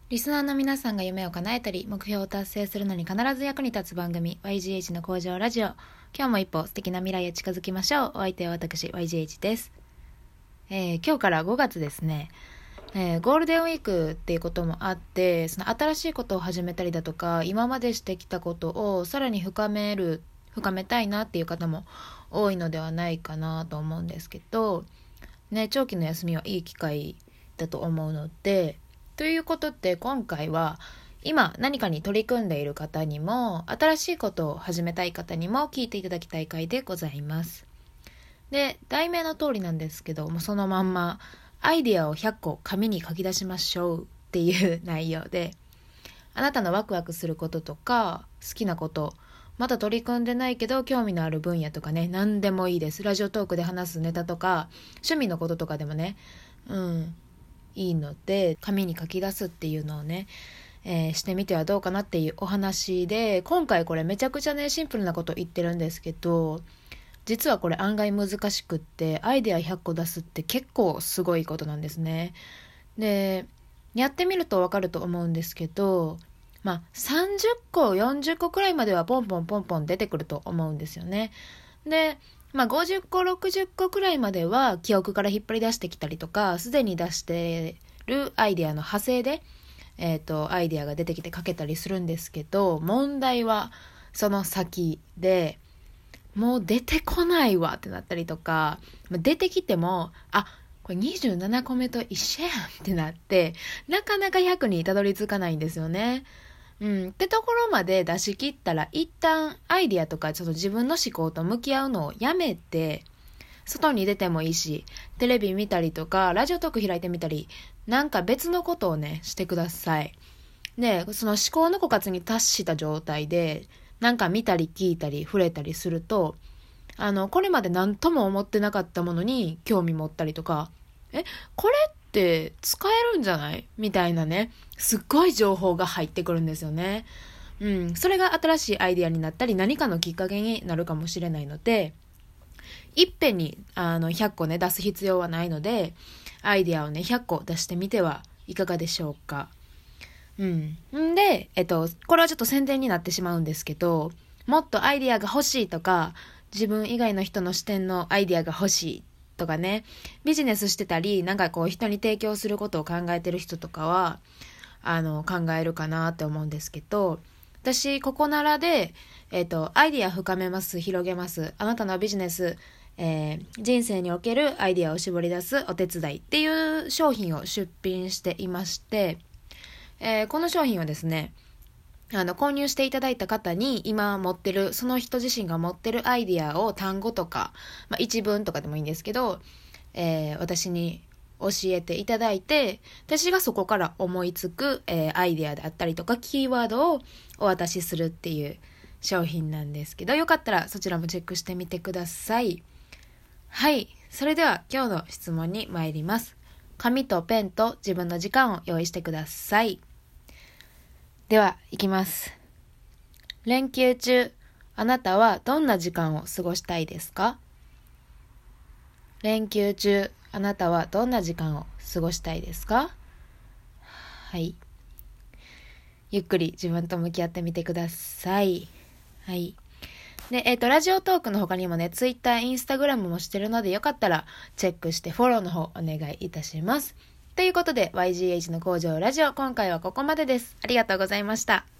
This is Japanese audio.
リスナーの皆さんが夢を叶えたり目標を達成するのに必ず役に立つ番組 YGH の向上ラジオ。今日も一歩素敵な未来へ近づきましょう。お相手は私 YGH です。今日から5月ですね。ゴールデンウィークっていうこともあって、その新しいことを始めたりだとか、今までしてきたことをさらに深めたいなっていう方も多いのではないかなと思うんですけどね、長期の休みはいい機会だと思うので、ということで今回は今何かに取り組んでいる方にも新しいことを始めたい方にも聞いていただきたい回でございます。で、題名の通りなんですけども、そのまんまアイディアを100個紙に書き出しましょうっていう内容で、あなたのワクワクすることとか好きなこと、まだ取り組んでないけど興味のある分野とかね、何でもいいです。ラジオトークで話すネタとか趣味のこととかでもね、いいので紙に書き出すっていうのをね、してみてはどうかなっていうお話で、今回これめちゃくちゃねシンプルなこと言ってるんですけど、実はこれ案外難しくって、アイデア100個出すって結構すごいことなんですね。で、やってみるとわかると思うんですけど、30個40個くらいまではポンポンポンポン出てくると思うんですよね。で、50個60個くらいまでは記憶から引っ張り出してきたりとか、すでに出してるアイデアの派生でアイデアが出てきて書けたりするんですけど、問題はその先で、もう出てこないわってなったりとか、出てきてもこれ27個目と一緒やんってなって、なかなか100にたどり着かないんですよね。ってところまで出し切ったら、一旦アイディアとかちょっと自分の思考と向き合うのをやめて、外に出てもいいし、テレビ見たりとかラジオトーク開いてみたり、なんか別のことをねしてください。で、その思考の枯渇に達した状態でなんか見たり聞いたり触れたりすると、これまで何とも思ってなかったものに興味持ったりとか、これって使えるんじゃないみたいなね、すっごい情報が入ってくるんですよね。それが新しいアイディアになったり、何かのきっかけになるかもしれないので、いっぺんに100個ね出す必要はないので、アイディアをね100個出してみてはいかがでしょうか。で、これはちょっと宣伝になってしまうんですけど、もっとアイディアが欲しいとか、自分以外の人の視点のアイディアが欲しいとかね、ビジネスしてたり、なんかこう人に提供することを考えてる人とかは、考えるかなって思うんですけど、私、ここならで、アイディア深めます、広げます。あなたのビジネス、人生におけるアイディアを絞り出すお手伝いっていう商品を出品していまして、この商品はですね、購入していただいた方に今持ってる、その人自身が持ってるアイディアを単語とか、一文とかでもいいんですけど、私に教えていただいて、私がそこから思いつく、アイディアであったりとかキーワードをお渡しするっていう商品なんですけど、よかったらそちらもチェックしてみてください。はい、それでは今日の質問に参ります。紙とペンと自分の時間を用意してください。では、いきます。連休中、あなたはどんな時間を過ごしたいですか？連休中、あなたはどんな時間を過ごしたいですか？はい。ゆっくり自分と向き合ってみてください。はい。で、ラジオトークの他にもね、ツイッター、インスタグラムもしてるので、よかったらチェックしてフォローの方お願いいたします。ということで、YGH の向上ラジオ、今回はここまでです。ありがとうございました。